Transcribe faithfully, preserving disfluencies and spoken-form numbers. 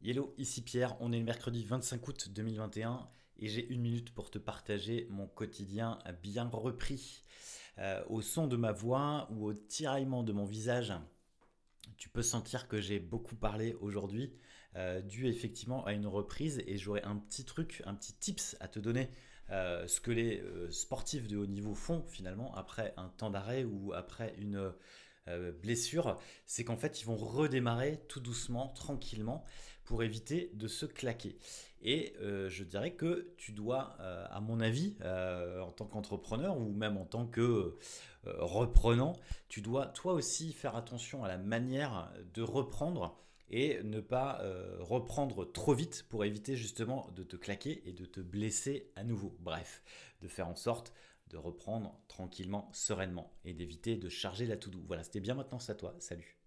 Hello, ici Pierre, on est le mercredi vingt-cinq août deux mille vingt et un et j'ai une minute pour te partager mon quotidien bien repris. Euh, au son de ma voix ou au tiraillement de mon visage, tu peux sentir que j'ai beaucoup parlé aujourd'hui, euh, dû effectivement à une reprise, et j'aurais un petit truc, un petit tips à te donner. Euh, ce que les euh, sportifs de haut niveau font finalement après un temps d'arrêt ou après une euh, blessure, c'est qu'en fait ils vont redémarrer tout doucement, tranquillement, pour éviter de se claquer. Et euh, je dirais que tu dois, euh, à mon avis, euh, en tant qu'entrepreneur ou même en tant que euh, reprenant, tu dois toi aussi faire attention à la manière de reprendre et ne pas euh, reprendre trop vite pour éviter justement de te claquer et de te blesser à nouveau. Bref, de faire en sorte de reprendre tranquillement, sereinement et d'éviter de charger la to-do. Voilà, c'était bien, maintenant c'est à toi. Salut.